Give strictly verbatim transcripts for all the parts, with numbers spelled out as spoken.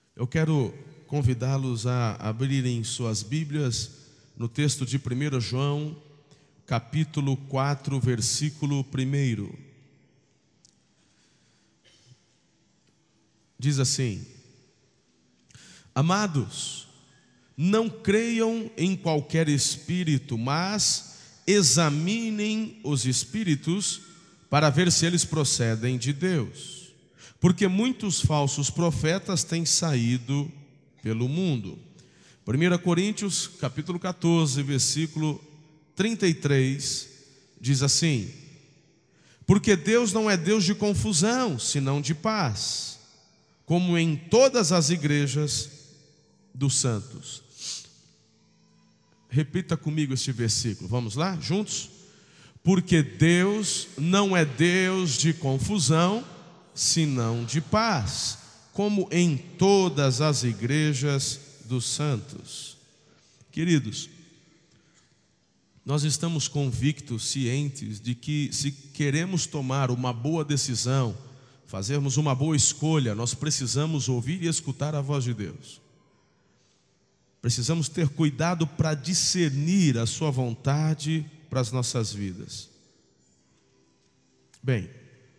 Eu quero convidá-los a abrirem suas Bíblias no texto de primeiro João, capítulo quatro, versículo um. Diz assim: Amados, não creiam em qualquer espírito, mas examinem os espíritos para ver se eles procedem de Deus, porque muitos falsos profetas têm saído pelo mundo. primeira Coríntios, capítulo quatorze, versículo trinta e três, diz assim: Porque Deus não é Deus de confusão, senão de paz, como em todas as igrejas dos santos. Repita comigo este versículo, vamos lá, juntos? Porque Deus não é Deus de confusão, senão de paz, como em todas as igrejas dos santos. Queridos, nós estamos convictos, cientes de que se queremos tomar uma boa decisão, fazermos uma boa escolha, nós precisamos ouvir e escutar a voz de Deus. Precisamos ter cuidado para discernir a sua vontade para as nossas vidas. Bem,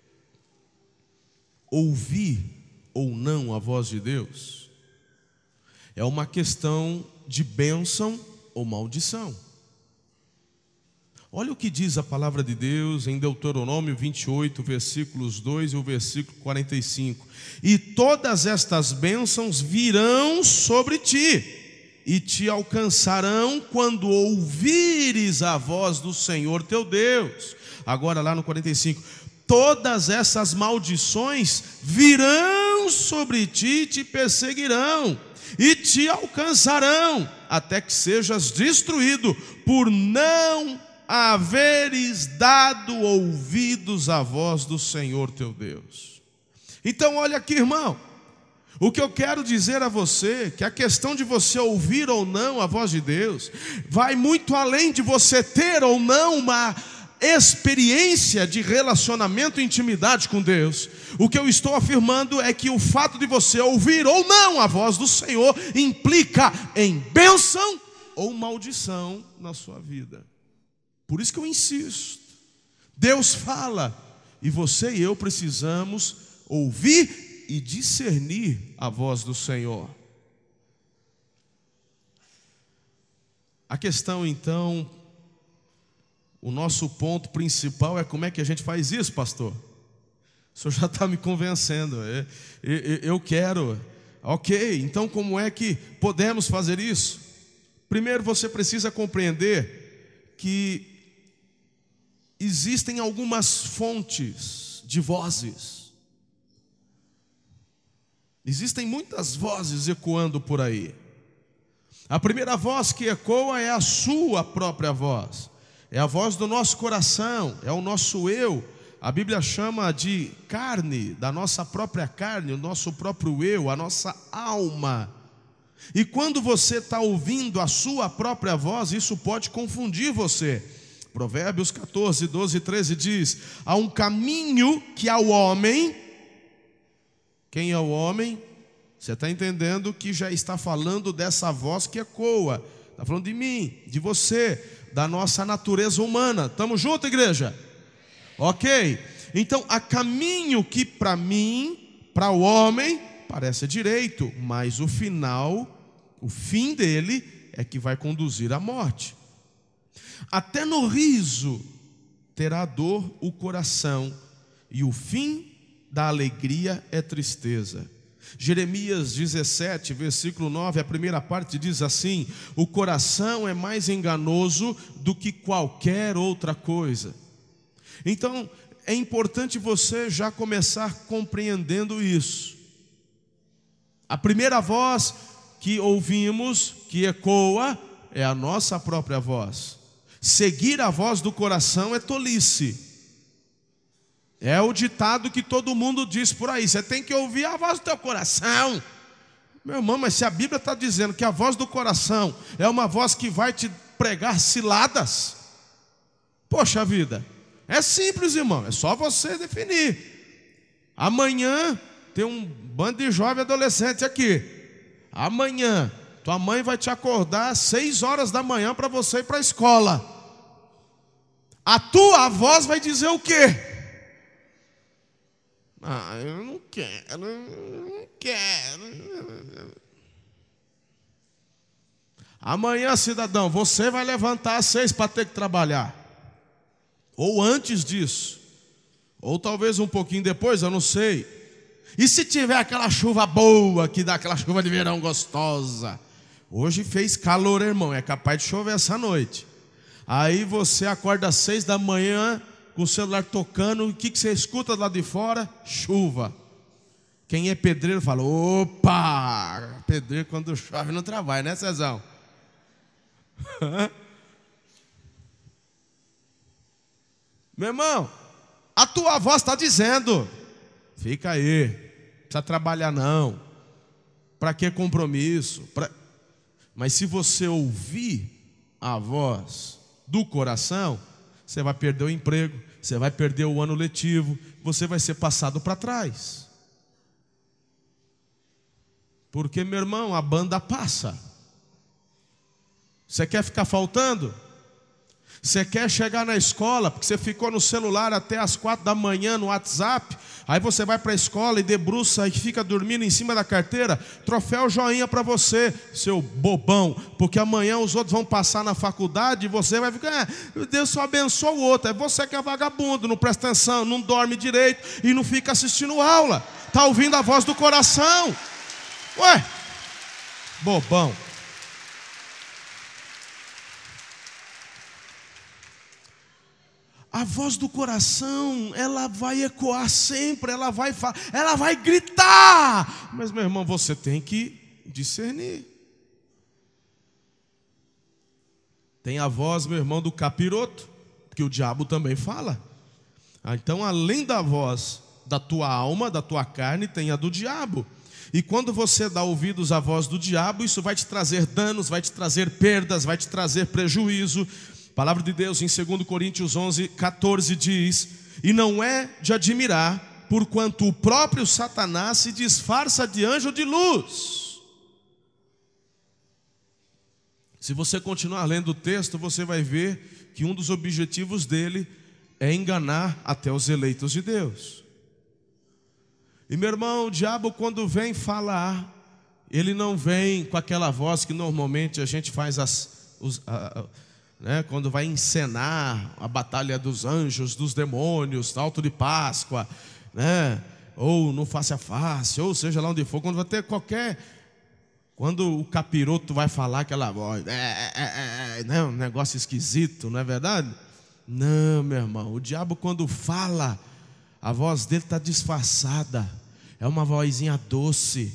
ouvir ou não a voz de Deus é uma questão de bênção ou maldição. Olha o que diz a palavra de Deus em Deuteronômio vinte e oito, versículos dois e o versículo quarenta e cinco. E todas estas bênçãos virão sobre ti e te alcançarão quando ouvires a voz do Senhor teu Deus. Agora lá no quarenta e cinco: todas essas maldições virão sobre ti e te perseguirão e te alcançarão, até que sejas destruído, por não haveres dado ouvidos à voz do Senhor teu Deus. Então olha aqui, irmão, o que eu quero dizer a você, que a questão de você ouvir ou não a voz de Deus, vai muito além de você ter ou não uma experiência de relacionamento e intimidade com Deus. O que eu estou afirmando é que o fato de você ouvir ou não a voz do Senhor implica em bênção ou maldição na sua vida. Por isso que eu insisto, Deus fala e você e eu precisamos ouvir e discernir a voz do Senhor. A questão então, o nosso ponto principal é como é que a gente faz isso, pastor? O senhor já está me convencendo. Eu quero. Ok, então como é que podemos fazer isso? Primeiro você precisa compreender que existem algumas fontes de vozes. Existem muitas vozes ecoando por aí. A primeira voz que ecoa é a sua própria voz. É a voz do nosso coração, é o nosso eu. A Bíblia chama de carne, da nossa própria carne, o nosso próprio eu, a nossa alma. E quando você está ouvindo a sua própria voz, isso pode confundir você. Provérbios catorze, doze e treze diz: há um caminho que ao homem. Quem é o homem? Você está entendendo que já está falando dessa voz que ecoa. Está falando de mim, de você, da nossa natureza humana. Estamos juntos, igreja? Ok? Então há caminho que para mim, para o homem, parece direito, mas o final, o fim dele é que vai conduzir à morte. Até no riso terá dor o coração, e o fim da alegria é tristeza. Jeremias dezessete, versículo nove, a primeira parte diz assim: o coração é mais enganoso do que qualquer outra coisa. Então é importante você já começar compreendendo isso. A primeira voz que ouvimos, que ecoa, é a nossa própria voz. Seguir a voz do coração é tolice. É o ditado que todo mundo diz por aí: você tem que ouvir a voz do teu coração. Meu irmão, mas se a Bíblia está dizendo que a voz do coração é uma voz que vai te pregar ciladas, poxa vida, é simples, irmão, é só você definir. Amanhã tem um bando de jovem adolescente aqui. Amanhã, tua mãe vai te acordar às seis horas da manhã para você ir para a escola. A tua voz vai dizer o quê? Ah, eu não quero, eu não quero. Amanhã, cidadão, você vai levantar às seis para ter que trabalhar. Ou antes disso. Ou talvez um pouquinho depois, eu não sei. E se tiver aquela chuva boa, que dá aquela chuva de verão gostosa? Hoje fez calor, irmão, é capaz de chover essa noite. Aí você acorda às seis da manhã, com o celular tocando, o que, que você escuta lá de fora? Chuva. Quem é pedreiro fala, opa! Pedreiro quando chove não trabalha, né, Cezão? Meu irmão, a tua voz está dizendo, fica aí, não precisa trabalhar não, para que compromisso? Pra... Mas se você ouvir a voz do coração, você vai perder o emprego, você vai perder o ano letivo, você vai ser passado para trás. Porque, meu irmão, a banda passa. Você quer ficar faltando? Você quer chegar na escola, porque você ficou no celular até as quatro da manhã no WhatsApp, aí você vai para a escola e debruça e fica dormindo em cima da carteira, troféu joinha para você, seu bobão, porque amanhã os outros vão passar na faculdade e você vai ficar, ah, Deus só abençoa o outro, é você que é vagabundo, não presta atenção, não dorme direito e não fica assistindo aula, está ouvindo a voz do coração, ué, bobão. A voz do coração, ela vai ecoar sempre, ela vai, ela vai gritar. Mas, meu irmão, você tem que discernir. Tem a voz, meu irmão, do capiroto, que o diabo também fala. Ah, então, além da voz da tua alma, da tua carne, tem a do diabo. E quando você dá ouvidos à voz do diabo, isso vai te trazer danos, vai te trazer perdas, vai te trazer prejuízo. A palavra de Deus em dois Coríntios onze, quatorze diz: e não é de admirar, porquanto o próprio Satanás se disfarça de anjo de luz. Se você continuar lendo o texto, você vai ver que um dos objetivos dele é enganar até os eleitos de Deus. E meu irmão, o diabo quando vem falar, ele não vem com aquela voz que normalmente a gente faz as... Os, a, a, Né, quando vai encenar a batalha dos anjos, dos demônios, alto de Páscoa, né, ou no face a face, ou seja lá onde for, quando vai ter qualquer, quando o capiroto vai falar aquela voz, é, é, é, é, né, um negócio esquisito, não é verdade? Não, meu irmão, o diabo quando fala, a voz dele está disfarçada, é uma vozinha doce.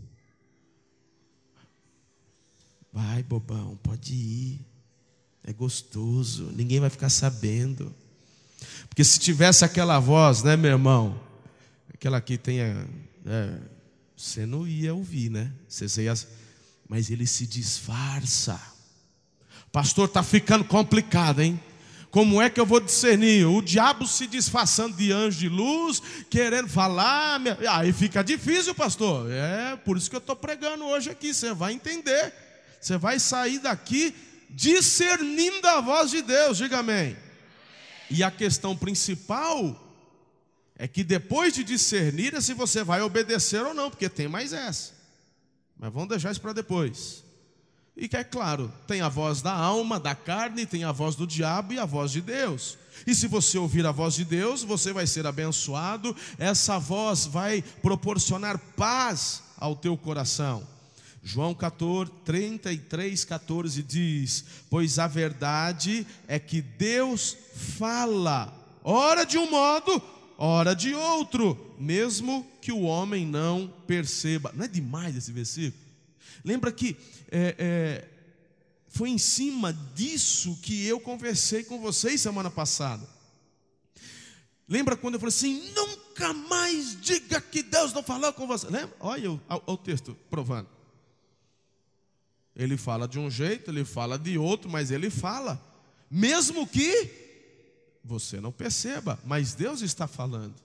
Vai, bobão, pode ir. É gostoso, ninguém vai ficar sabendo. Porque se tivesse aquela voz, né, meu irmão, aquela que tem, é, você não ia ouvir, né? Você ia, mas ele se disfarça. Pastor, está ficando complicado, hein? Como é que eu vou discernir? O diabo se disfarçando de anjo de luz, querendo falar, aí fica difícil, pastor. É por isso que eu estou pregando hoje aqui. Você vai entender, você vai sair daqui discernindo a voz de Deus, diga amém. E a questão principal é que depois de discernir é se você vai obedecer ou não, porque tem mais essa. Mas vamos deixar isso para depois. E que é claro, tem a voz da alma, da carne, tem a voz do diabo e a voz de Deus. E se você ouvir a voz de Deus, você vai ser abençoado. Essa voz vai proporcionar paz ao teu coração. João quatorze, trinta e três, quatorze diz: pois a verdade é que Deus fala, ora de um modo, ora de outro, mesmo que o homem não perceba. Não é demais esse versículo? Lembra que é, é, foi em cima disso que eu conversei com vocês semana passada. Lembra quando eu falei assim: nunca mais diga que Deus não falou com você. Lembra? Olha o, o texto provando. Ele fala de um jeito, ele fala de outro, mas ele fala, mesmo que você não perceba, mas Deus está falando.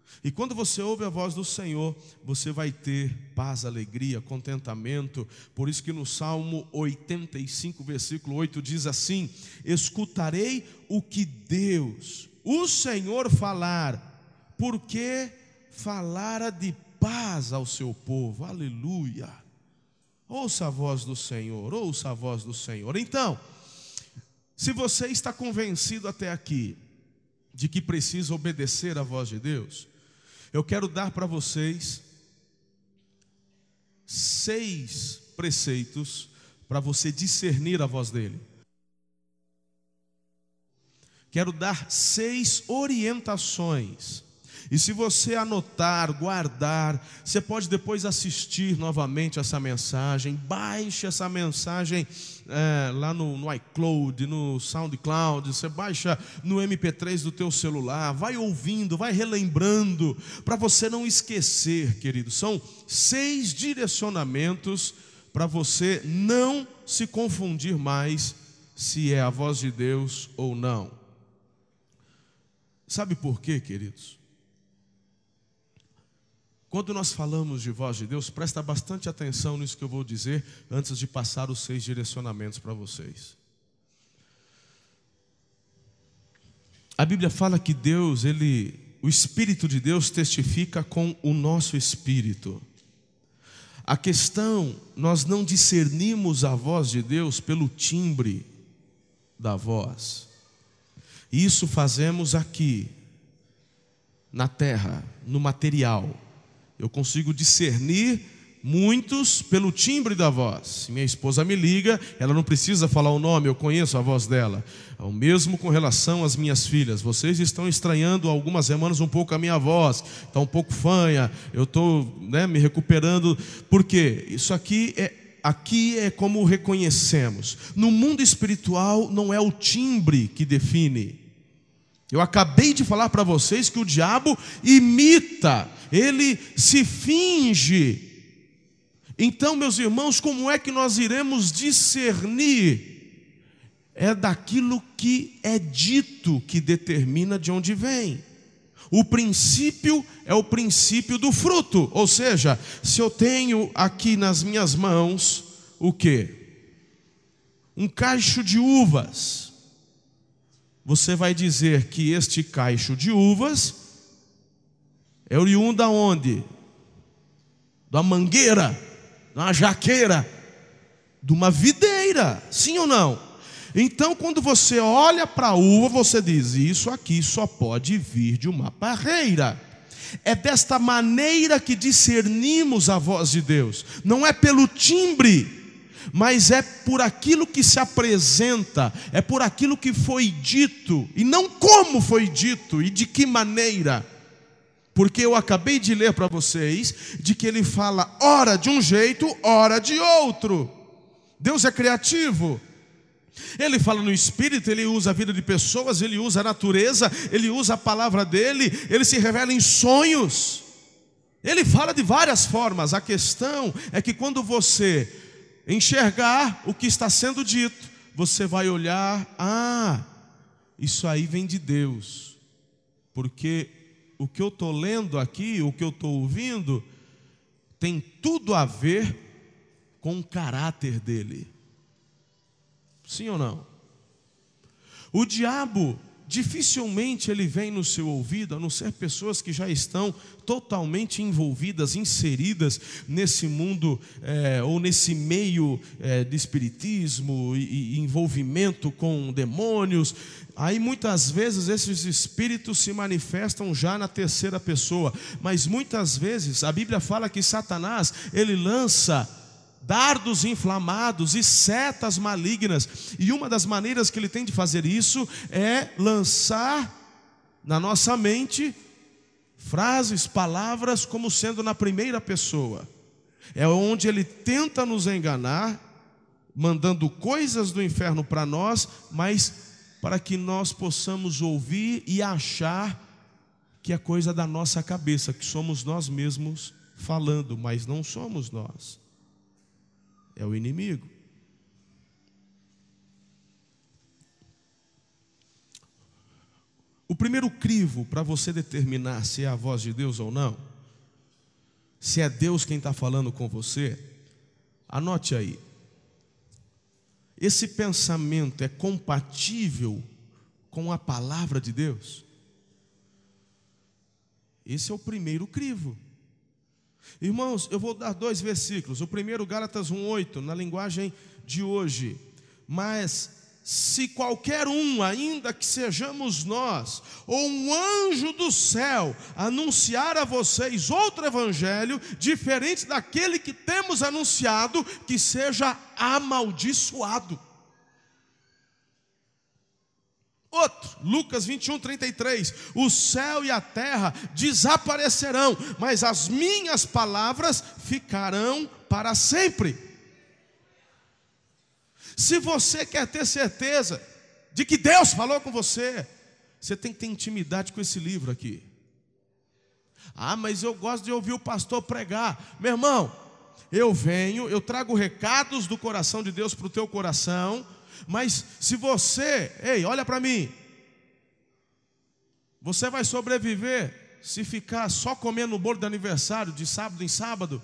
E quando você ouve a voz do Senhor, você vai ter paz, alegria, contentamento. Por isso que no Salmo oitenta e cinco, versículo oito, diz assim: escutarei o que Deus, o Senhor falar, porque falara de paz ao seu povo. Aleluia. Ouça a voz do Senhor, ouça a voz do Senhor. Então, se você está convencido até aqui de que precisa obedecer à voz de Deus, eu quero dar para vocês seis preceitos para você discernir a voz dele. Quero dar seis orientações. E se você anotar, guardar, você pode depois assistir novamente essa mensagem. Baixe essa mensagem é, lá no, no iCloud, no SoundCloud. Você baixa no M P três do teu celular. Vai ouvindo, vai relembrando, para você não esquecer, querido. São seis direcionamentos para você não se confundir mais se é a voz de Deus ou não. Sabe por quê, queridos? Quando nós falamos de voz de Deus, presta bastante atenção nisso que eu vou dizer antes de passar os seis direcionamentos para vocês. A Bíblia fala que Deus, ele, o Espírito de Deus testifica com o nosso espírito. A questão, nós não discernimos a voz de Deus pelo timbre da voz. Isso fazemos aqui, na terra, no material. Eu consigo discernir muitos pelo timbre da voz. Se minha esposa me liga, ela não precisa falar o nome, eu conheço a voz dela. É o mesmo com relação às minhas filhas. Vocês estão estranhando há algumas semanas um pouco a minha voz. Está um pouco fanha, eu estou né, me recuperando. Por quê? Isso aqui é, aqui é como reconhecemos. No mundo espiritual não é o timbre que define. Eu acabei de falar para vocês que o diabo imita, ele se finge. Então, meus irmãos, como é que nós iremos discernir? É daquilo que é dito que determina de onde vem. O princípio é o princípio do fruto. Ou seja, se eu tenho aqui nas minhas mãos o quê? Um cacho de uvas. Você vai dizer que este cacho de uvas é oriundo da onde? Da mangueira, de uma jaqueira, de uma videira, sim ou não? Então, quando você olha para a uva, você diz: isso aqui só pode vir de uma parreira. É desta maneira que discernimos a voz de Deus. Não é pelo timbre, mas é por aquilo que se apresenta, é por aquilo que foi dito, e não como foi dito e de que maneira. Porque eu acabei de ler para vocês de que ele fala ora de um jeito, ora de outro. Deus é criativo. Ele fala no Espírito, ele usa a vida de pessoas, ele usa a natureza, ele usa a palavra dele, ele se revela em sonhos. Ele fala de várias formas. A questão é que quando você enxergar o que está sendo dito, você vai olhar: ah, isso aí vem de Deus. Porque o que eu estou lendo aqui, o que eu estou ouvindo, tem tudo a ver com o caráter dele. Sim ou não? O diabo, dificilmente ele vem no seu ouvido, a não ser pessoas que já estão totalmente envolvidas, inseridas nesse mundo, é, ou nesse meio é, de espiritismo e, e envolvimento com demônios. Aí muitas vezes esses espíritos se manifestam já na terceira pessoa, mas muitas vezes a Bíblia fala que Satanás, ele lança dardos inflamados e setas malignas, e uma das maneiras que ele tem de fazer isso é lançar na nossa mente frases, palavras como sendo na primeira pessoa. É onde ele tenta nos enganar, mandando coisas do inferno para nós, mas para que nós possamos ouvir e achar que é coisa da nossa cabeça, que somos nós mesmos falando, mas não somos nós. É o inimigo. O primeiro crivo para você determinar se é a voz de Deus ou não, se é Deus quem está falando com você, anote aí. Esse pensamento é compatível com a palavra de Deus? Esse é o primeiro crivo. Irmãos, eu vou dar dois versículos. O primeiro, Gálatas um, oito, na linguagem de hoje. Mas se qualquer um, ainda que sejamos nós, ou um anjo do céu, anunciar a vocês outro evangelho, diferente daquele que temos anunciado, que seja amaldiçoado. Outro, Lucas vinte e um, trinta e três, o céu e a terra desaparecerão, mas as minhas palavras ficarão para sempre. Se você quer ter certeza de que Deus falou com você, você tem que ter intimidade com esse livro aqui. Ah, mas eu gosto de ouvir o pastor pregar. Meu irmão, eu venho, eu trago recados do coração de Deus para o teu coração. Mas se você, ei, olha para mim, você vai sobreviver se ficar só comendo o bolo de aniversário de sábado em sábado?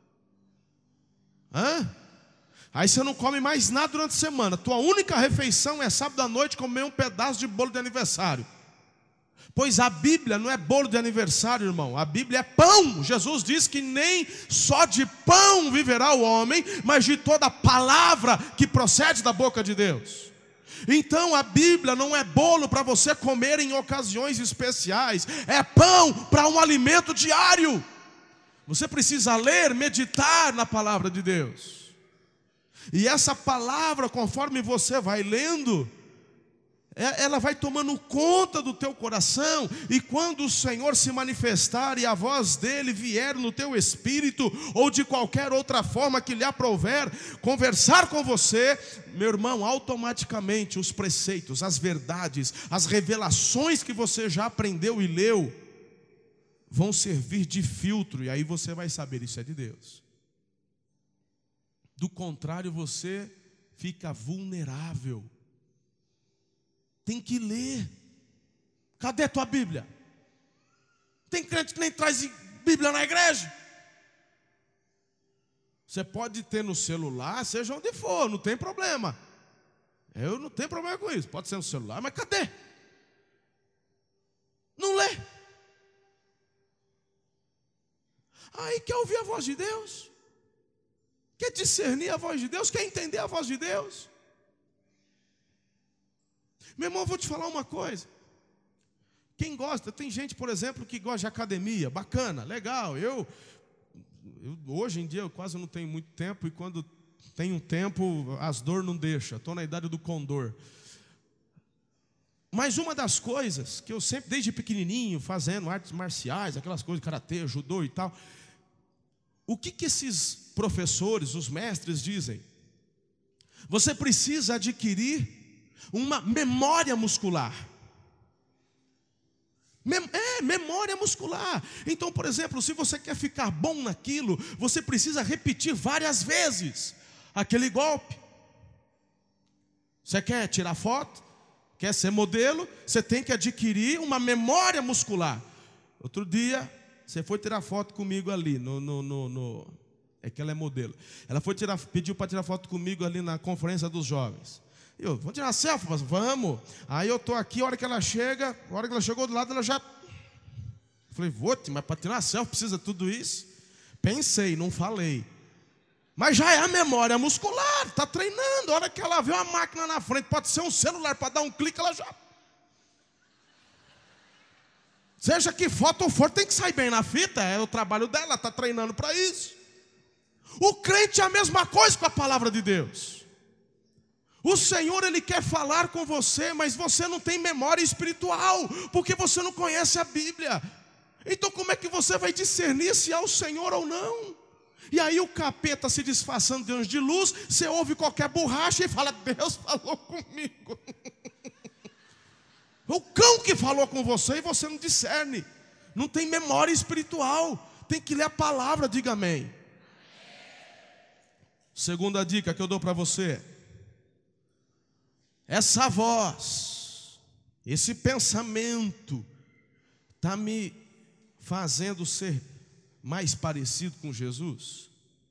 Hã? Aí você não come mais nada durante a semana. Tua única refeição é sábado à noite comer um pedaço de bolo de aniversário. Pois a Bíblia não é bolo de aniversário, irmão. A Bíblia é pão. Jesus diz que nem só de pão viverá o homem, mas de toda palavra que procede da boca de Deus. Então a Bíblia não é bolo para você comer em ocasiões especiais. É pão para um alimento diário. Você precisa ler, meditar na palavra de Deus. E essa palavra, conforme você vai lendo, ela vai tomando conta do teu coração. E quando o Senhor se manifestar e a voz dele vier no teu espírito, ou de qualquer outra forma que lhe aprouver, conversar com você, meu irmão, automaticamente os preceitos, as verdades, as revelações que você já aprendeu e leu, vão servir de filtro. E aí você vai saber, isso é de Deus. Do contrário, você fica vulnerável. Tem que ler. Cadê a tua Bíblia? Tem crente que nem traz Bíblia na igreja. Você pode ter no celular, seja onde for, não tem problema. Eu não tenho problema com isso. Pode ser no celular, mas cadê? Não lê. Aí quer ouvir a voz de Deus? Quer discernir a voz de Deus? Quer entender a voz de Deus? Meu irmão, eu vou te falar uma coisa. Quem gosta, tem gente, por exemplo, que gosta de academia. Bacana, legal. Eu, eu hoje em dia eu quase não tenho muito tempo. E quando tenho tempo, as dores não deixam. Estou na idade do condor. Mas uma das coisas que eu sempre, desde pequenininho, fazendo artes marciais, aquelas coisas, karatê, judô e tal. O que que esses professores, os mestres dizem? Você precisa adquirir uma memória muscular. Mem- é, memória muscular. Então, por exemplo, se você quer ficar bom naquilo, você precisa repetir várias vezes aquele golpe. Você quer tirar foto? Quer ser modelo? Você tem que adquirir uma memória muscular. Outro dia, você foi tirar foto comigo ali no, no, no, no... É que ela é modelo. Ela foi tirar, pediu para tirar foto comigo ali na conferência dos jovens. Eu, vamos tirar uma selfie? Vamos. Aí eu estou aqui, a hora que ela chega, a hora que ela chegou do lado, ela já... Eu falei, vou, mas para tirar uma selfie precisa tudo isso? Pensei, não falei. Mas já é a memória muscular, está treinando. A hora que ela vê uma máquina na frente, pode ser um celular, para dar um clique, ela já... Seja que foto for, tem que sair bem na fita, é o trabalho dela, está treinando para isso. O crente é a mesma coisa com a palavra de Deus. O Senhor, Ele quer falar com você, mas você não tem memória espiritual, porque você não conhece a Bíblia. Então como é que você vai discernir se é o Senhor ou não? E aí o capeta se disfarçando de anjo de luz, você ouve qualquer borracha e fala, Deus falou comigo. O cão que falou com você e você não discerne. Não tem memória espiritual. Tem que ler a palavra, diga amém. Segunda dica que eu dou para você. Essa voz Esse pensamento está me fazendo ser mais parecido com Jesus?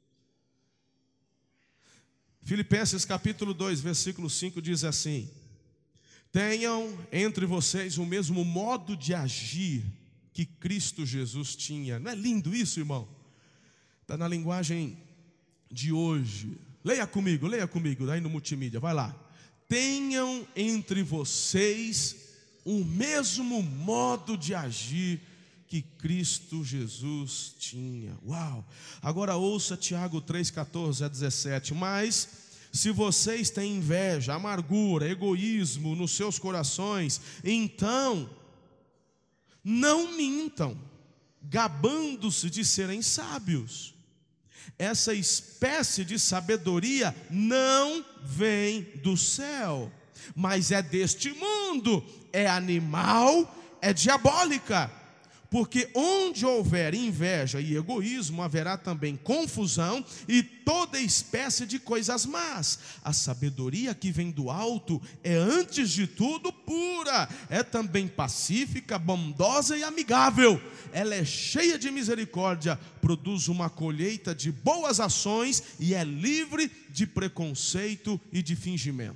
Filipenses capítulo dois, versículo cinco diz assim: tenham entre vocês o mesmo modo de agir que Cristo Jesus tinha. Não é lindo isso, irmão? Está na linguagem de hoje. Leia comigo, leia comigo, aí no multimídia, vai lá. Tenham entre vocês o mesmo modo de agir que Cristo Jesus tinha. Uau! Agora ouça Tiago três, catorze a dezessete. Mas se vocês têm inveja, amargura, egoísmo nos seus corações, então não mintam, gabando-se de serem sábios. Essa espécie de sabedoria não vem do céu, mas é deste mundo, é animal, é diabólica. Porque onde houver inveja e egoísmo, haverá também confusão e toda espécie de coisas más. A sabedoria que vem do alto é, antes de tudo, pura, é também pacífica, bondosa e amigável. Ela é cheia de misericórdia, produz uma colheita de boas ações e é livre de preconceito e de fingimento.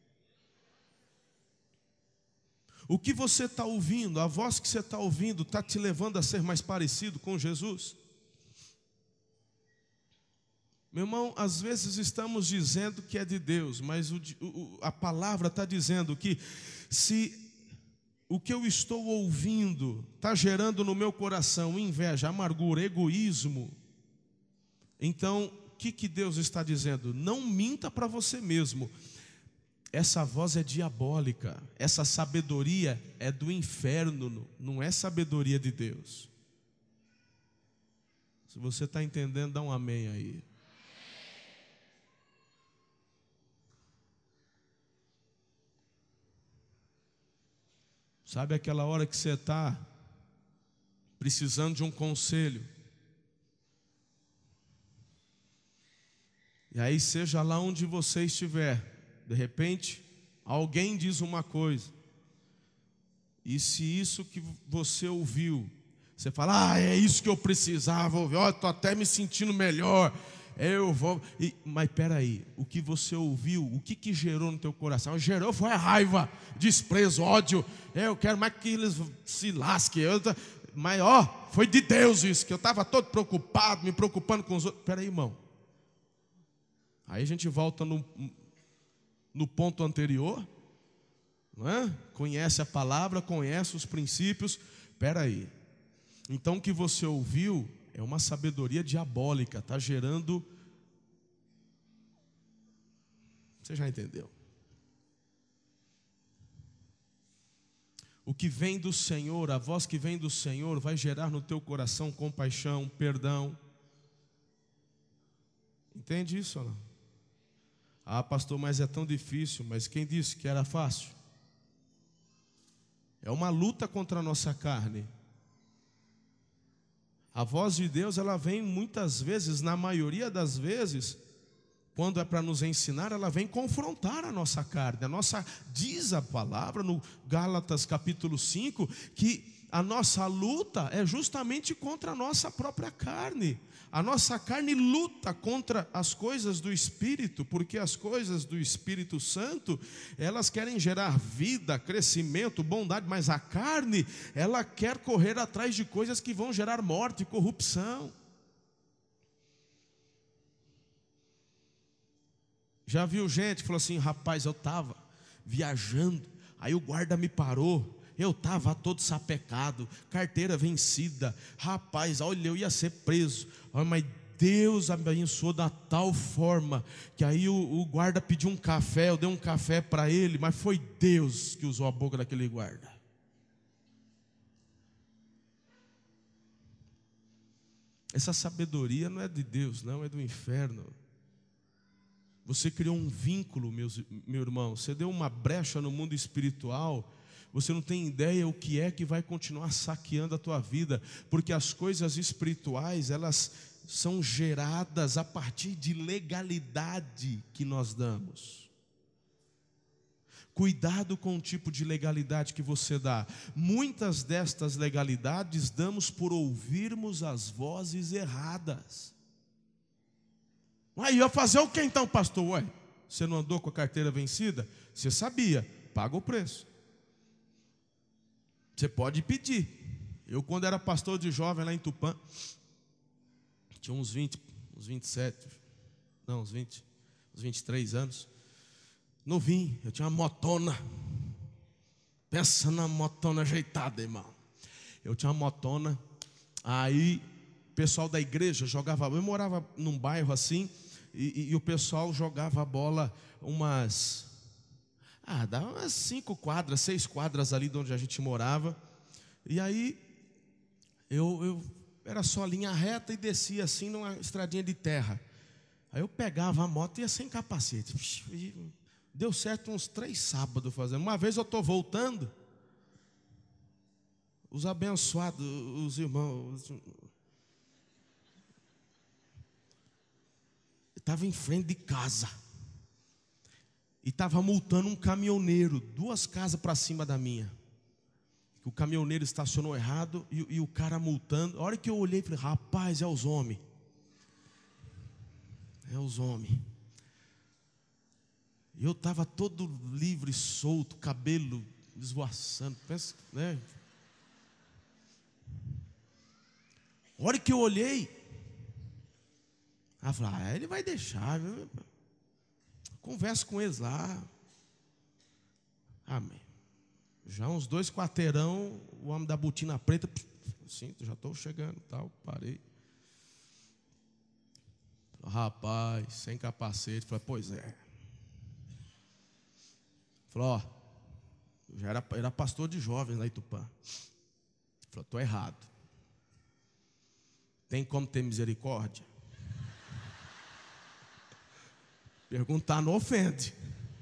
O que você está ouvindo, a voz que você está ouvindo, está te levando a ser mais parecido com Jesus? Meu irmão, às vezes estamos dizendo que é de Deus, mas o, o, a palavra está dizendo que se o que eu estou ouvindo está gerando no meu coração inveja, amargura, egoísmo, então o que, que Deus está dizendo? Não minta para você mesmo. Essa voz é diabólica, essa sabedoria é do inferno, não é sabedoria de Deus. Se você está entendendo, dá um amém aí. Sabe aquela hora que você está precisando de um conselho? E aí, seja lá onde você estiver, de repente, alguém diz uma coisa, e se isso que você ouviu, você fala, ah, é isso que eu precisava ouvir, ó, estou até me sentindo melhor, eu vou, e, mas peraí, o que você ouviu, o que que gerou no teu coração? Gerou foi a raiva, desprezo, ódio, eu quero mais que eles se lasquem, eu, mas ó, foi de Deus isso, que eu estava todo preocupado, me preocupando com os outros. Peraí, irmão, aí a gente volta no no ponto anterior, não é? Conhece a palavra, conhece os princípios. Espera aí, então o que você ouviu é uma sabedoria diabólica, está gerando, você já entendeu? O que vem do Senhor, a voz que vem do Senhor vai gerar no teu coração compaixão, perdão. Entende isso ou não? Ah, pastor, mas é tão difícil. Mas quem disse que era fácil? É uma luta contra a nossa carne. A voz de Deus, ela vem muitas vezes, na maioria das vezes, quando é para nos ensinar, ela vem confrontar a nossa carne. A nossa, diz a palavra no Gálatas capítulo cinco, que a nossa luta é justamente contra a nossa própria carne. A nossa carne luta contra as coisas do Espírito, porque as coisas do Espírito Santo, elas querem gerar vida, crescimento, bondade, mas a carne, ela quer correr atrás de coisas que vão gerar morte e corrupção. Já viu gente que falou assim, rapaz, eu estava viajando, aí o guarda me parou, eu estava todo sapecado, carteira vencida, rapaz, olha, eu ia ser preso, mas Deus abençoou da tal forma, que aí o, o guarda pediu um café, eu dei um café para ele, mas foi Deus que usou a boca daquele guarda. Essa sabedoria não é de Deus, não, é do inferno. Você criou um vínculo, meus, meu irmão, você deu uma brecha no mundo espiritual. Você não tem ideia o que é que vai continuar saqueando a tua vida, porque as coisas espirituais, elas são geradas a partir de legalidade que nós damos. Cuidado com o tipo de legalidade que você dá. Muitas destas legalidades damos por ouvirmos as vozes erradas. Aí eu fazer o que então, pastor? Ué, você não andou com a carteira vencida? Você sabia, paga o preço. Você pode pedir. Eu, quando era pastor de jovem lá em Tupã, tinha uns vinte, uns vinte e sete, não, uns vinte, uns vinte e três anos. Novinho, eu tinha uma motona. Pensa na motona ajeitada, irmão. Eu tinha uma motona. Aí o pessoal da igreja jogava. Eu morava num bairro assim, e, e, e o pessoal jogava a bola umas. Ah, dava umas cinco quadras, seis quadras ali de onde a gente morava. E aí eu, eu era só linha reta e descia assim numa estradinha de terra. Aí eu pegava a moto e ia sem capacete. E deu certo uns três sábados fazendo. Uma vez eu estou voltando, os abençoados, os irmãos, estava em frente de casa e estava multando um caminhoneiro, duas casas para cima da minha. O caminhoneiro estacionou errado e, e o cara multando. A hora que eu olhei, falei: rapaz, é os homens. É os homens. Eu estava todo livre, solto, cabelo esvoaçando, pensa, né? A hora que eu olhei, ela falou: ah, ele vai deixar, viu? Converso com eles lá. Amém. Já uns dois quarteirão, o homem da botina preta, assim, já estou chegando, tal, parei. Rapaz, sem capacete, falei: pois é. Falou: ó, eu já era, era pastor de jovens lá em Tupã. Falou: estou errado. Tem como ter misericórdia? Perguntar não ofende.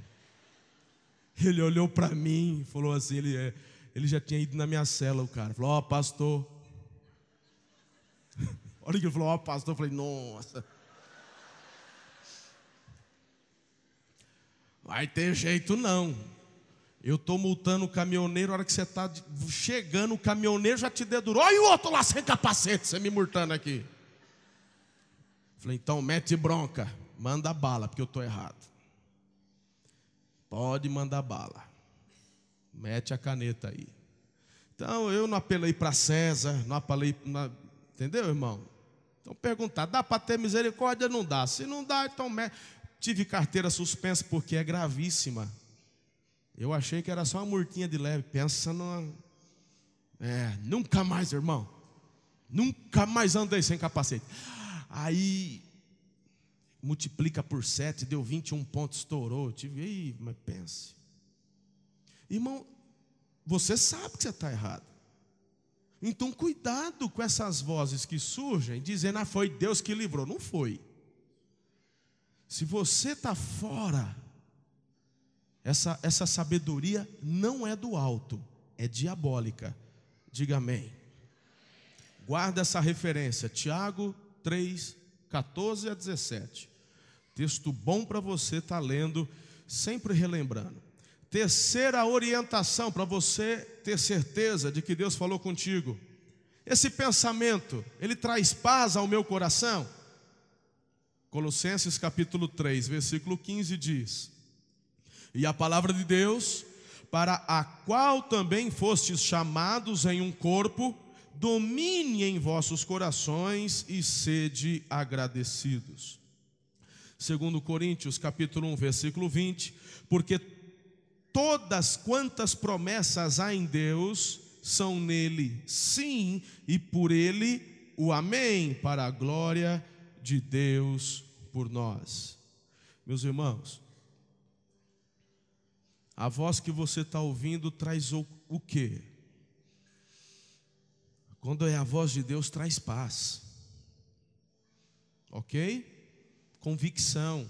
Ele olhou para mim e falou assim, ele, ele já tinha ido na minha cela, o cara. Falou: ó, pastor. Olha que ele falou: ó, pastor. Eu falei: nossa. Vai ter jeito não. Eu estou multando o caminhoneiro. A hora que você está chegando, o caminhoneiro já te dedurou. Olha o outro lá sem capacete, você me multando aqui. Falei: então mete bronca, manda bala, porque eu estou errado. Pode mandar bala. Mete a caneta aí. Então eu não apelei para César, não apelei, não, entendeu, irmão? Então perguntar: dá para ter misericórdia? Não dá. Se não dá, então mete. Tive carteira suspensa porque é gravíssima. Eu achei que era só uma multinha de leve. Pensa numa... É, nunca mais, irmão. Nunca mais andei sem capacete. Aí, multiplica por sete, deu vinte e um pontos, estourou. Eu tive, ei, mas pense. Irmão, você sabe que você está errado. Então, cuidado com essas vozes que surgem, dizendo: ah, foi Deus que livrou. Não foi. Se você está fora, essa, essa sabedoria não é do alto, é diabólica. Diga amém. Guarda essa referência, Tiago três, catorze a dezessete. Texto bom para você estar lendo, sempre relembrando. Terceira orientação para você ter certeza de que Deus falou contigo. Esse pensamento, ele traz paz ao meu coração? Colossenses capítulo três, versículo quinze diz: e a palavra de Deus, para a qual também fostes chamados em um corpo, domine em vossos corações e sede agradecidos. Segundo Coríntios capítulo um, versículo vinte: porque todas quantas promessas há em Deus são nele sim, e por ele o amém, para a glória de Deus por nós. Meus irmãos, a voz que você está ouvindo traz o, o quê? Quando é a voz de Deus, traz paz, ok? Convicção.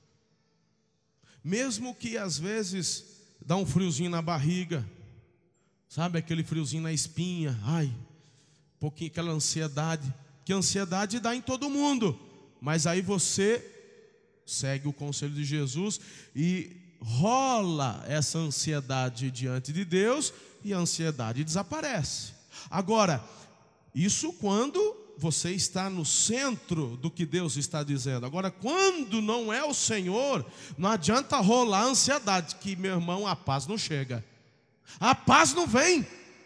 Mesmo que às vezes dá um friozinho na barriga, sabe, aquele friozinho na espinha, ai, um pouquinho, aquela ansiedade, que ansiedade dá em todo mundo, mas aí você segue o conselho de Jesus e rola essa ansiedade diante de Deus e a ansiedade desaparece. Agora, isso quando você está no centro do que Deus está dizendo. Agora, quando não é o Senhor, não adianta rolar a ansiedade, que, meu irmão, a paz não chega. A paz não vem.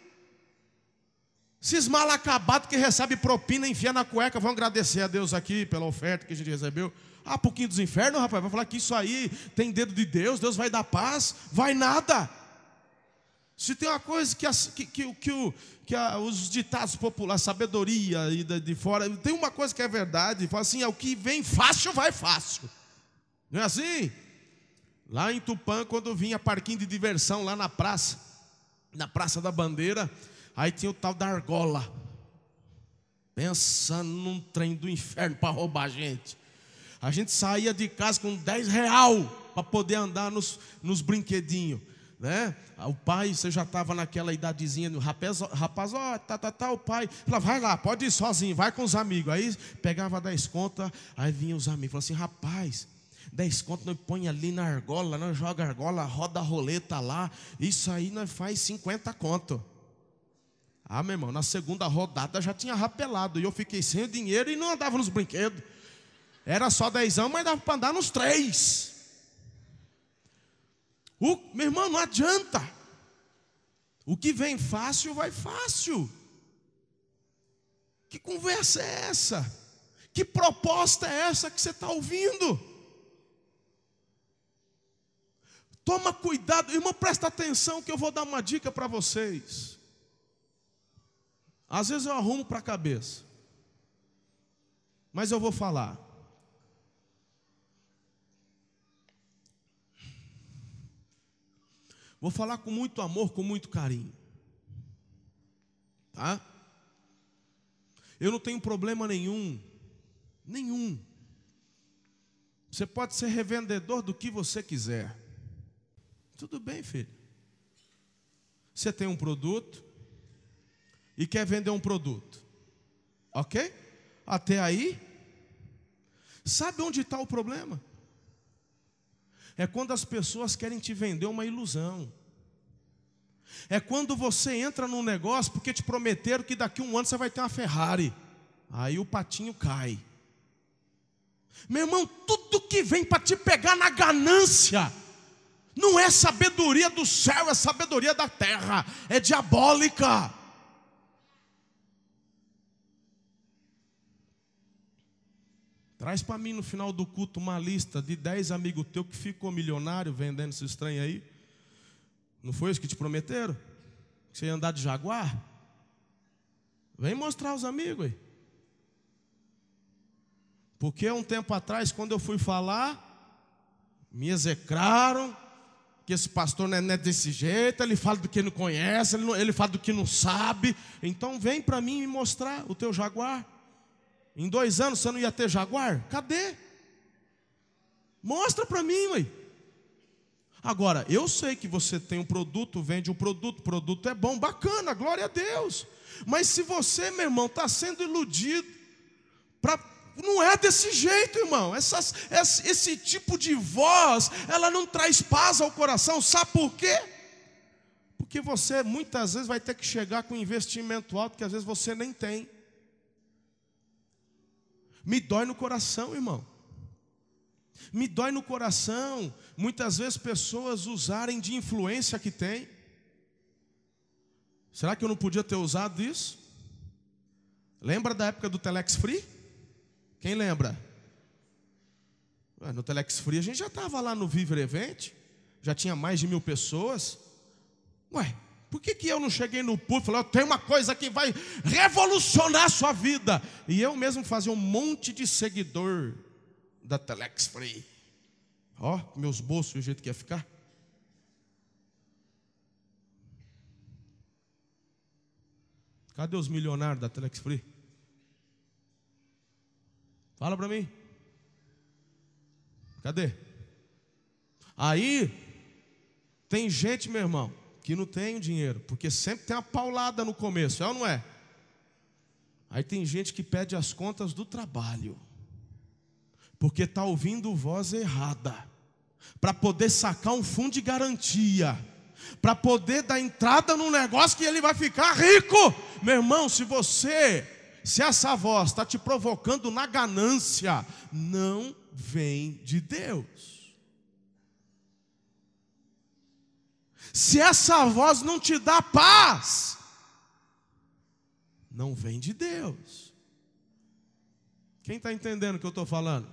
Esses mal acabados que recebem propina, enfia na cueca, vão agradecer a Deus aqui pela oferta que a gente recebeu. Ah, pouquinho dos infernos, rapaz, vai falar que isso aí tem dedo de Deus, Deus vai dar paz, vai nada. Se tem uma coisa que, as, que, que, que, o, que a, os ditados populares, sabedoria e de, de fora, tem uma coisa que é verdade, fala assim, é o que vem fácil, vai fácil. Não é assim? Lá em Tupã, quando vinha parquinho de diversão lá na praça, na Praça da Bandeira, aí tinha o tal da argola, pensando num trem do inferno para roubar a gente. A gente saía de casa com dez real para poder andar nos, nos brinquedinhos, né? O pai, você já estava naquela idadezinha, rapaz, rapaz, ó, tá, tá, tá, o pai, falava, vai lá, pode ir sozinho, vai com os amigos. Aí pegava dez contas, aí vinha os amigos, falava assim, rapaz, dez contas nós põe ali na argola, nós joga a argola, roda a roleta lá, isso aí nós faz cinquenta conto. Ah, meu irmão, na segunda rodada já tinha rapelado, e eu fiquei sem o dinheiro e não andava nos brinquedos. Era só dezão, mas dava para andar nos três. O, meu irmão, não adianta. O que vem fácil, vai fácil. Que conversa é essa? Que proposta é essa que você está ouvindo? Toma cuidado, irmão, presta atenção que eu vou dar uma dica para vocês. Às vezes eu arrumo para a cabeça, mas eu vou falar. Vou falar com muito amor, com muito carinho. Tá? Eu não tenho problema nenhum. Nenhum. Você pode ser revendedor do que você quiser. Tudo bem, filho. Você tem um produto e quer vender um produto. Ok? Até aí. Sabe onde está o problema? É quando as pessoas querem te vender uma ilusão. É quando você entra num negócio porque te prometeram que daqui a um ano você vai ter uma Ferrari. Aí o patinho cai. Meu irmão, tudo que vem para te pegar na ganância não é sabedoria do céu, é sabedoria da terra, é diabólica. Traz para mim no final do culto uma lista de dez amigos teus que ficou milionário vendendo esse estranho aí. Não foi isso que te prometeram? Que você ia andar de Jaguar? Vem mostrar os amigos aí. Porque um tempo atrás, quando eu fui falar, me execraram, que esse pastor não é desse jeito, ele fala do que não conhece, ele, não, ele fala do que não sabe. Então vem para mim me mostrar o teu Jaguar. Em dois anos você não ia ter Jaguar? Cadê? Mostra para mim, ué. Agora, eu sei que você tem um produto, vende um produto, o produto é bom, bacana, glória a Deus. Mas se você, meu irmão, está sendo iludido, pra, não é desse jeito, irmão. Essas, esse, esse tipo de voz, ela não traz paz ao coração. Sabe por quê? Porque você muitas vezes vai ter que chegar com um investimento alto que às vezes você nem tem. Me dói no coração, irmão. Me dói no coração, muitas vezes pessoas usarem de influência que tem. Será que eu não podia ter usado isso? Lembra da época do Telex Free? Quem lembra? No Telex Free a gente já estava lá no Viver Event, já tinha mais de mil pessoas. Ué, por que, que eu não cheguei no púlpito e falei, eu tenho uma coisa que vai revolucionar a sua vida? E eu mesmo fazia um monte de seguidor da Telex Free. Ó, meus bolsos, o jeito que ia ficar. Cadê os milionários da Telex Free? Fala para mim. Cadê? Aí, tem gente, meu irmão, que não tem dinheiro, porque sempre tem uma paulada no começo, é ou não é? Aí tem gente que pede as contas do trabalho, porque está ouvindo voz errada. para poder sacar um fundo de garantia, para poder dar entrada num negócio que ele vai ficar rico. Meu irmão, se você, se essa voz está te provocando na ganância, não vem de Deus. Se essa voz não te dá paz, não vem de Deus. Quem está entendendo o que eu estou falando?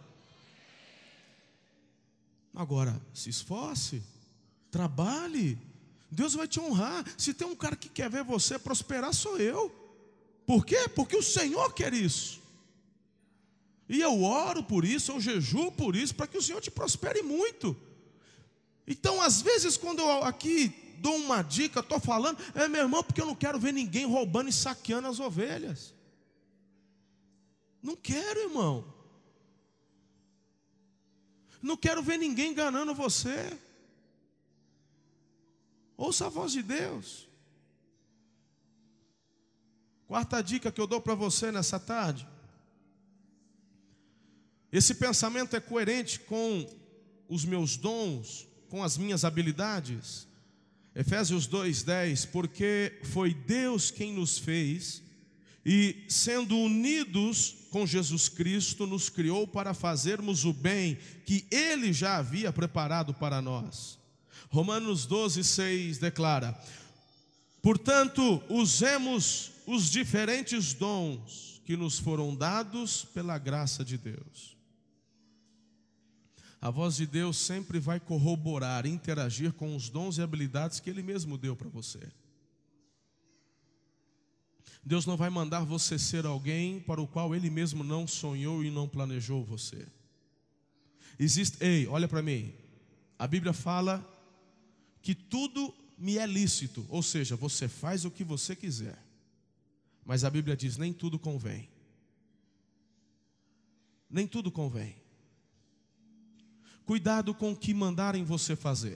Agora, se esforce, trabalhe, Deus vai te honrar. Se tem um cara que quer ver você prosperar, sou eu. Por quê? Porque o Senhor quer isso. E eu oro por isso, eu jejuo por isso, para que o Senhor te prospere muito. Então, às vezes, quando eu aqui dou uma dica, estou falando, é, meu irmão, porque eu não quero ver ninguém roubando e saqueando as ovelhas. Não quero, irmão. Não quero ver ninguém enganando você. Ouça a voz de Deus. Quarta dica que eu dou para você nessa tarde. Esse pensamento é coerente com os meus dons, com as minhas habilidades. Efésios dois, dez, porque foi Deus quem nos fez, e sendo unidos com Jesus Cristo, nos criou para fazermos o bem que Ele já havia preparado para nós. Romanos doze, seis declara: portanto, usemos os diferentes dons que nos foram dados pela graça de Deus. A voz de Deus sempre vai corroborar, interagir com os dons e habilidades que Ele mesmo deu para você. Deus não vai mandar você ser alguém para o qual Ele mesmo não sonhou e não planejou você. Existe, ei, olha para mim. A Bíblia fala que tudo me é lícito, ou seja, você faz o que você quiser. Mas a Bíblia diz, nem tudo convém. Nem tudo convém. Cuidado com o que mandarem você fazer.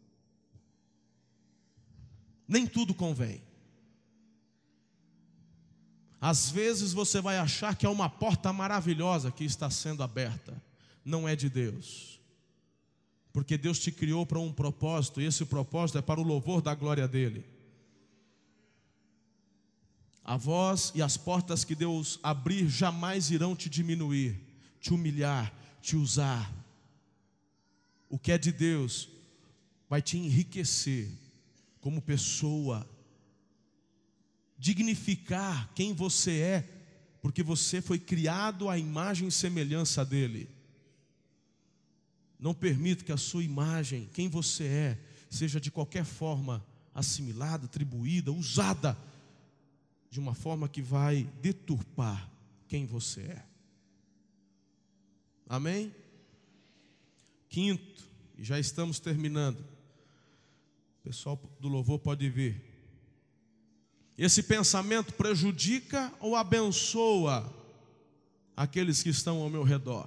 Nem tudo convém. Às vezes você vai achar que é uma porta maravilhosa que está sendo aberta. Não é de Deus. Porque Deus te criou para um propósito, e esse propósito é para o louvor da glória dEle. A voz e as portas que Deus abrir jamais irão te diminuir, te humilhar, te usar. O que é de Deus vai te enriquecer como pessoa, dignificar quem você é, porque você foi criado à imagem e semelhança dEle. Não permita que a sua imagem, quem você é, seja de qualquer forma assimilada, atribuída, usada de uma forma que vai deturpar quem você é. Amém? Quinto, e já estamos terminando. O pessoal do louvor pode vir. Esse pensamento prejudica ou abençoa aqueles que estão ao meu redor?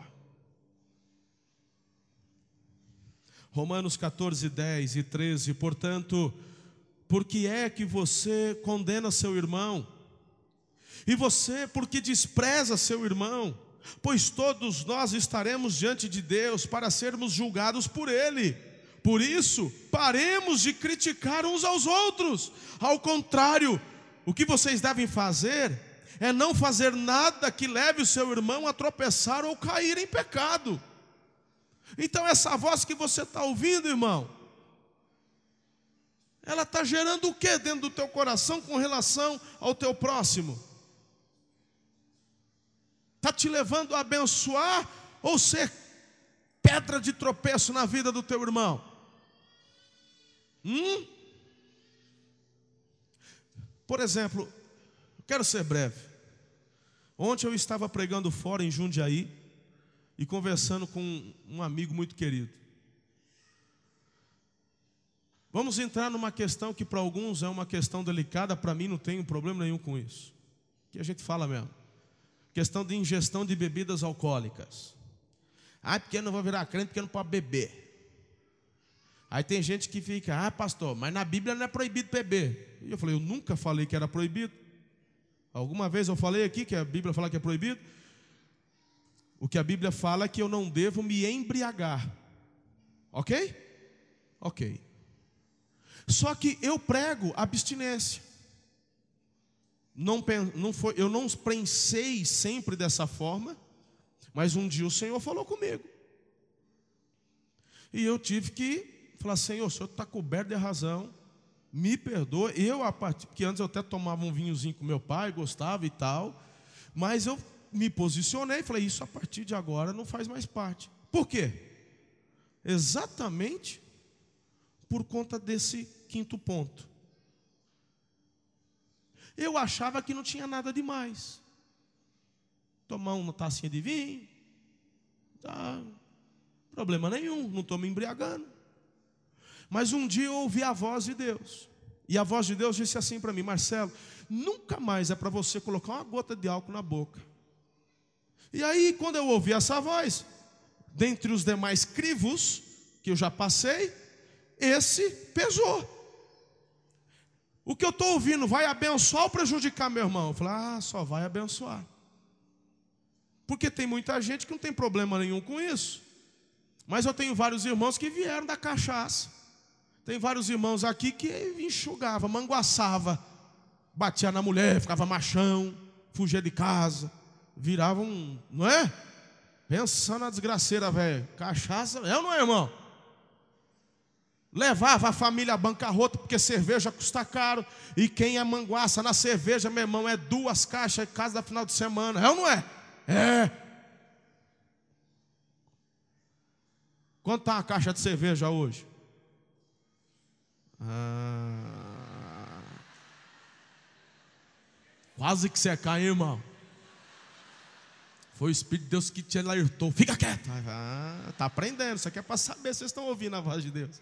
Romanos catorze, dez e treze. Portanto, por que é que você condena seu irmão? E você, por que despreza seu irmão? Pois todos nós estaremos diante de Deus para sermos julgados por Ele. Por isso, paremos de criticar uns aos outros. Ao contrário, o que vocês devem fazer é não fazer nada que leve o seu irmão a tropeçar ou cair em pecado. Então essa voz que você está ouvindo, irmão, ela está gerando o que dentro do teu coração com relação ao teu próximo? Está te levando a abençoar ou ser pedra de tropeço na vida do teu irmão? Hum? Por exemplo, eu quero ser breve. Ontem eu estava pregando fora em Jundiaí e conversando com um amigo muito querido. Vamos entrar numa questão que para alguns é uma questão delicada, para mim não tenho problema nenhum com isso. Que a gente fala mesmo. Questão de ingestão de bebidas alcoólicas. Ah, porque eu não vou virar crente porque eu não posso beber. Aí tem gente que fica, ah pastor, mas na Bíblia não é proibido beber. E eu falei, eu nunca falei que era proibido. Alguma vez eu falei aqui que a Bíblia fala que é proibido? O que a Bíblia fala é que eu não devo me embriagar. Ok? Ok. Só que eu prego abstinência. Não, não foi, eu não pensei sempre dessa forma, mas um dia o Senhor falou comigo. E eu tive que falar: Senhor, o Senhor está coberto de razão, me perdoa. Eu, a partir, porque antes eu até tomava um vinhozinho com meu pai, gostava e tal, mas eu me posicionei e falei: isso a partir de agora não faz mais parte. Por quê? Exatamente por conta desse quinto ponto. Eu achava que não tinha nada demais. Tomar uma tacinha de vinho, tá, problema nenhum, não estou me embriagando. Mas um dia eu ouvi a voz de Deus. E a voz de Deus disse assim para mim: Marcelo, nunca mais é para você colocar uma gota de álcool na boca. E aí, quando eu ouvi essa voz, dentre os demais crivos que eu já passei, esse pesou. O que eu estou ouvindo vai abençoar ou prejudicar meu irmão? Eu falei: ah, só vai abençoar. Porque tem muita gente que não tem problema nenhum com isso. Mas eu tenho vários irmãos que vieram da cachaça. Tem vários irmãos aqui que enxugava, manguaçava, batia na mulher, ficava machão, fugia de casa, virava um, não é? Pensando na desgraceira, velho. Cachaça, é ou não é, irmão? Levava a família à bancarrota, porque cerveja custa caro. E quem é manguaça na cerveja, meu irmão, é duas caixas em casa da final de semana. É ou não é? É. Quanto está uma caixa de cerveja hoje? Ah, quase que você cai, irmão. Foi o Espírito de Deus que te alertou. Fica quieto. Ah, está aprendendo. Isso aqui é para saber se vocês estão ouvindo a voz de Deus.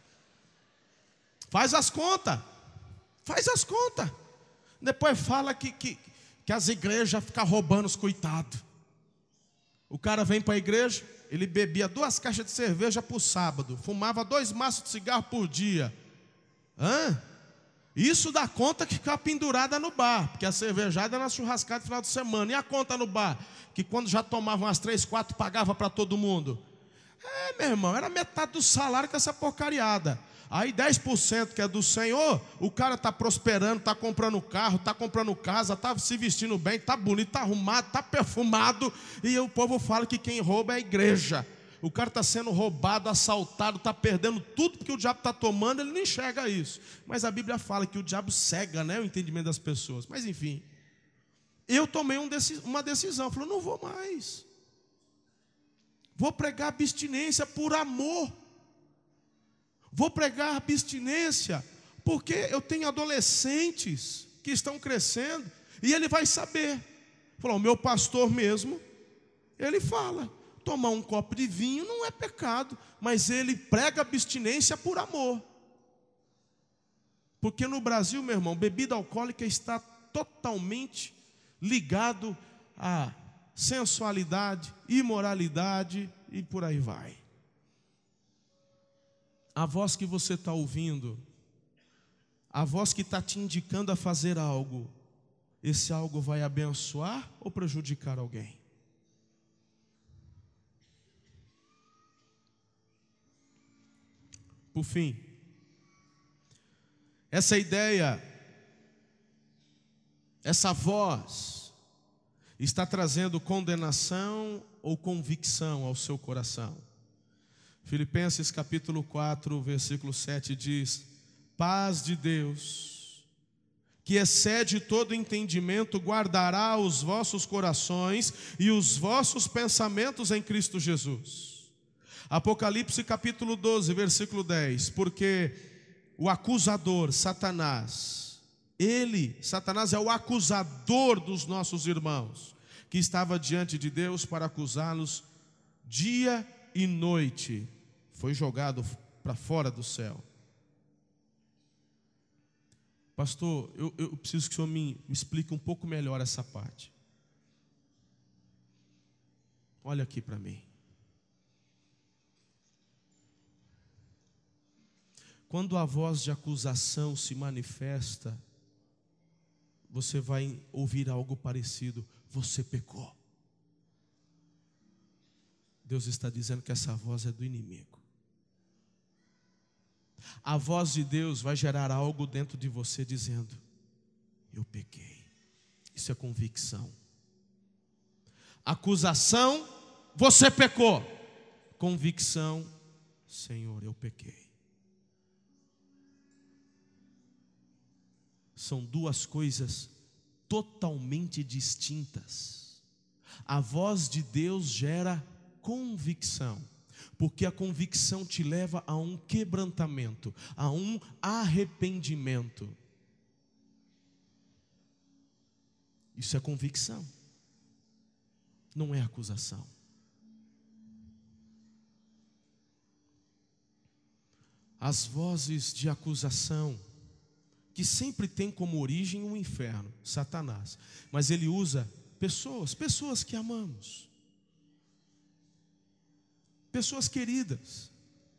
Faz as contas. Faz as contas. Depois fala que, que, que as igrejas ficam roubando os coitados. O cara vem para a igreja, ele bebia duas caixas de cerveja por sábado, fumava dois maços de cigarro por dia. Hã? Isso dá conta que ficava pendurada no bar, porque a cervejada era na churrascada no final de semana. E a conta no bar? Que quando já tomavam umas três, quatro, pagava para todo mundo. É, meu irmão, era metade do salário com essa porcariada. Aí dez por cento que é do Senhor, o cara está prosperando, está comprando carro, está comprando casa, está se vestindo bem, está bonito, está arrumado, está perfumado. E o povo fala que quem rouba é a igreja. O cara está sendo roubado, assaltado, está perdendo tudo porque o diabo está tomando, ele não enxerga isso. Mas a Bíblia fala que o diabo cega, né, o entendimento das pessoas. Mas enfim, eu tomei um decis- uma decisão, falei: não vou mais. Vou pregar abstinência por amor. Vou pregar abstinência porque eu tenho adolescentes que estão crescendo e ele vai saber. Falou: o meu pastor mesmo, ele fala, tomar um copo de vinho não é pecado, mas ele prega abstinência por amor. Porque no Brasil, meu irmão, bebida alcoólica está totalmente ligado a sensualidade, imoralidade e por aí vai. A voz que você está ouvindo, a voz que está te indicando a fazer algo, esse algo vai abençoar ou prejudicar alguém? Por fim, essa ideia, essa voz, está trazendo condenação ou convicção ao seu coração? Filipenses capítulo quatro, versículo sete diz: paz de Deus, que excede todo entendimento, guardará os vossos corações e os vossos pensamentos em Cristo Jesus. Apocalipse capítulo doze, versículo dez: porque o acusador, Satanás, ele, Satanás é o acusador dos nossos irmãos, que estava diante de Deus para acusá-los dia e noite, foi jogado para fora do céu. Pastor, eu, eu preciso que o senhor me, me explique um pouco melhor essa parte. Olha aqui para mim. Quando a voz de acusação se manifesta, você vai ouvir algo parecido: você pecou. Deus está dizendo que essa voz é do inimigo. A voz de Deus vai gerar algo dentro de você dizendo: eu pequei. Isso é convicção. Acusação: você pecou. Convicção: Senhor, eu pequei. São duas coisas totalmente distintas. A voz de Deus gera convicção, porque a convicção te leva a um quebrantamento, a um arrependimento. Isso é convicção, não é acusação. As vozes de acusação, que sempre tem como origem o inferno, Satanás, mas ele usa pessoas, pessoas que amamos, pessoas queridas.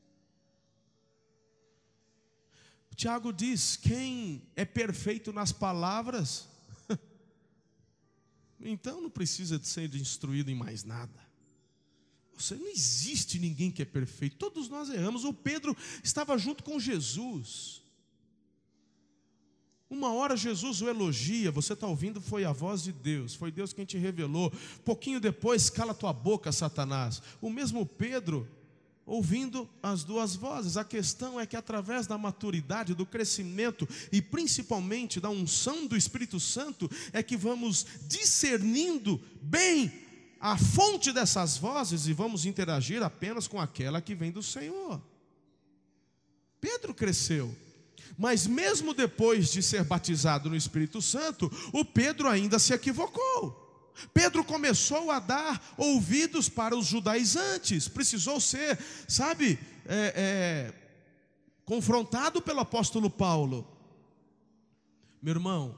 Tiago diz: quem é perfeito nas palavras, então não precisa de ser instruído em mais nada. Você, não existe ninguém que é perfeito, todos nós erramos. O Pedro estava junto com Jesus. Uma hora Jesus o elogia, você está ouvindo, foi a voz de Deus, foi Deus quem te revelou. Pouquinho depois, cala tua boca, Satanás. O mesmo Pedro ouvindo as duas vozes. A questão é que através da maturidade, do crescimento e principalmente da unção do Espírito Santo, é que vamos discernindo bem a fonte dessas vozes e vamos interagir apenas com aquela que vem do Senhor. Pedro cresceu, mas mesmo depois de ser batizado no Espírito Santo, o Pedro ainda se equivocou. Pedro começou a dar ouvidos para os judaizantes, precisou ser, sabe, é, é, confrontado pelo apóstolo Paulo. Meu irmão,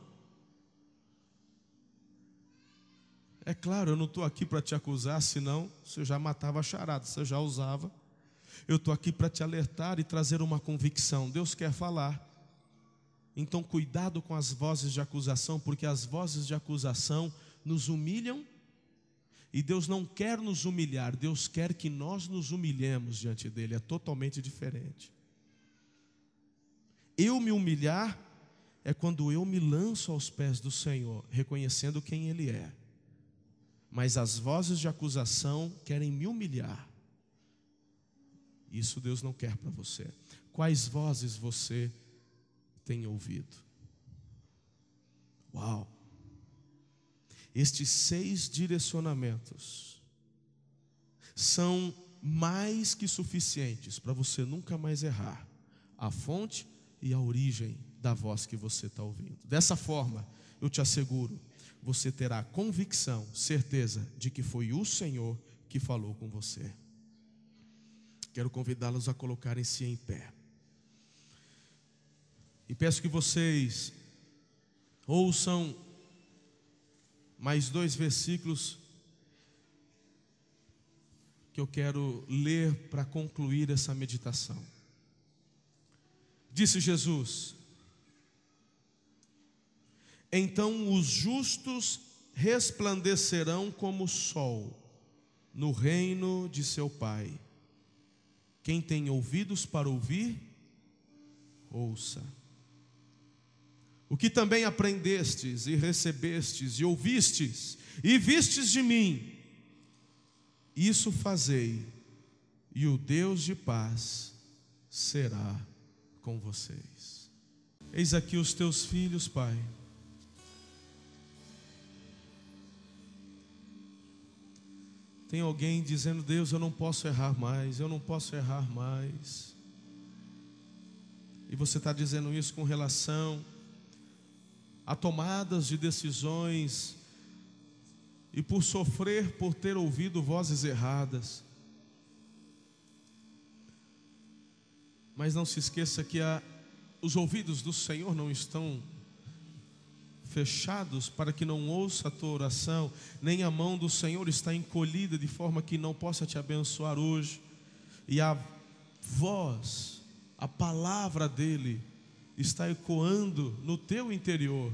é claro, eu não estou aqui para te acusar, senão você já matava a charada, você já usava. Eu estou aqui para te alertar e trazer uma convicção. Deus quer falar. Então cuidado com as vozes de acusação, porque as vozes de acusação nos humilham, e Deus não quer nos humilhar, Deus quer que nós nos humilhemos diante dele. É totalmente diferente. Eu me humilhar é quando eu me lanço aos pés do Senhor, reconhecendo quem Ele é. Mas as vozes de acusação querem me humilhar. Isso Deus não quer para você. Quais vozes você tem ouvido? Uau! Estes seis direcionamentos são mais que suficientes para você nunca mais errar a fonte e a origem da voz que você está ouvindo. Dessa forma, eu te asseguro, você terá convicção, certeza de que foi o Senhor que falou com você. Quero convidá-los a colocarem-se em pé. E peço que vocês ouçam mais dois versículos que eu quero ler para concluir essa meditação. Disse Jesus: então os justos resplandecerão como o sol no reino de seu Pai. Quem tem ouvidos para ouvir, ouça. O que também aprendestes e recebestes e ouvistes e vistes de mim, isso fazei, e o Deus de paz será com vocês. Eis aqui os teus filhos, Pai. Tem alguém dizendo: Deus, eu não posso errar mais, eu não posso errar mais. E você está dizendo isso com relação a tomadas de decisões e por sofrer por ter ouvido vozes erradas. Mas não se esqueça que a, os ouvidos do Senhor não estão fechados para que não ouça a tua oração, nem a mão do Senhor está encolhida de forma que não possa te abençoar hoje. E a voz, a palavra dele está ecoando no teu interior.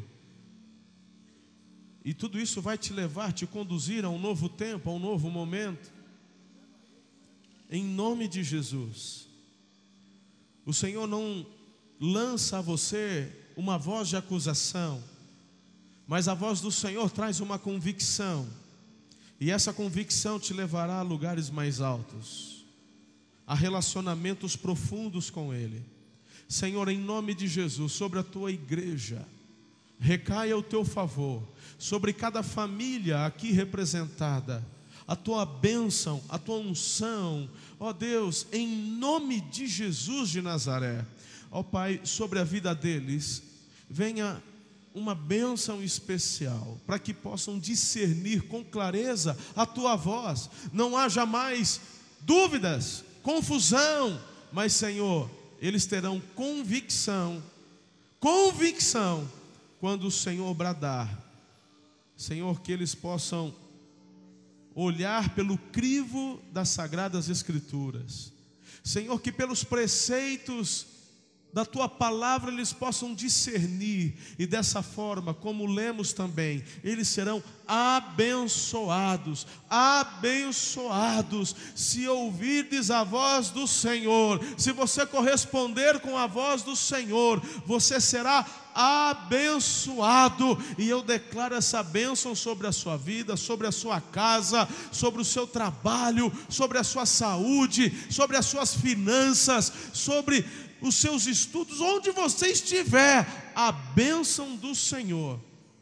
E tudo isso vai te levar, te conduzir a um novo tempo, a um novo momento. Em nome de Jesus, O Senhor não lança a você uma voz de acusação, mas a voz do Senhor traz uma convicção, e essa convicção te levará a lugares mais altos, a relacionamentos profundos com Ele. Senhor, em nome de Jesus, sobre a tua igreja, recaia o teu favor, sobre cada família aqui representada, a tua bênção, a tua unção, ó Deus, em nome de Jesus de Nazaré. Ó Pai, sobre a vida deles, venha uma bênção especial, para que possam discernir com clareza a tua voz, não haja mais dúvidas, confusão, mas Senhor, eles terão convicção, convicção, quando o Senhor bradar. Senhor, que eles possam olhar pelo crivo das Sagradas Escrituras, Senhor, que pelos preceitos da tua palavra eles possam discernir, e dessa forma, como lemos também, eles serão abençoados, abençoados, se ouvirdes a voz do Senhor. Se você corresponder com a voz do Senhor, você será abençoado, e eu declaro essa bênção sobre a sua vida, sobre a sua casa, sobre o seu trabalho, sobre a sua saúde, sobre as suas finanças, sobre os seus estudos, onde você estiver, a bênção do Senhor.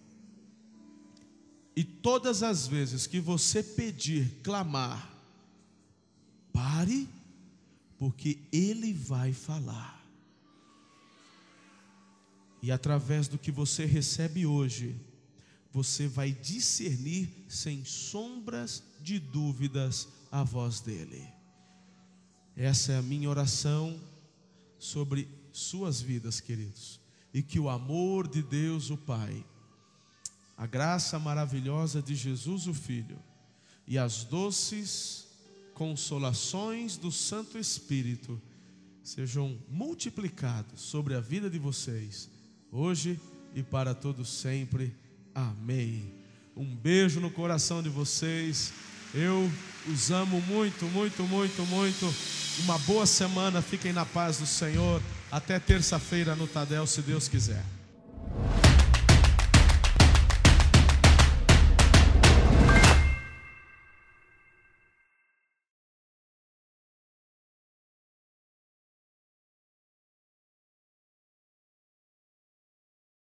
E todas as vezes que você pedir, clamar, pare, porque Ele vai falar. E através do que você recebe hoje, você vai discernir sem sombras de dúvidas a voz dEle. Essa é a minha oração sobre suas vidas, queridos, e que o amor de Deus o Pai, a graça maravilhosa de Jesus o Filho e as doces consolações do Santo Espírito sejam multiplicados sobre a vida de vocês, hoje e para todos sempre. Amém. Um beijo no coração de vocês. Eu os amo muito, muito, muito, muito. Uma boa semana, fiquem na paz do Senhor. Até terça-feira no Tadel, se Deus quiser.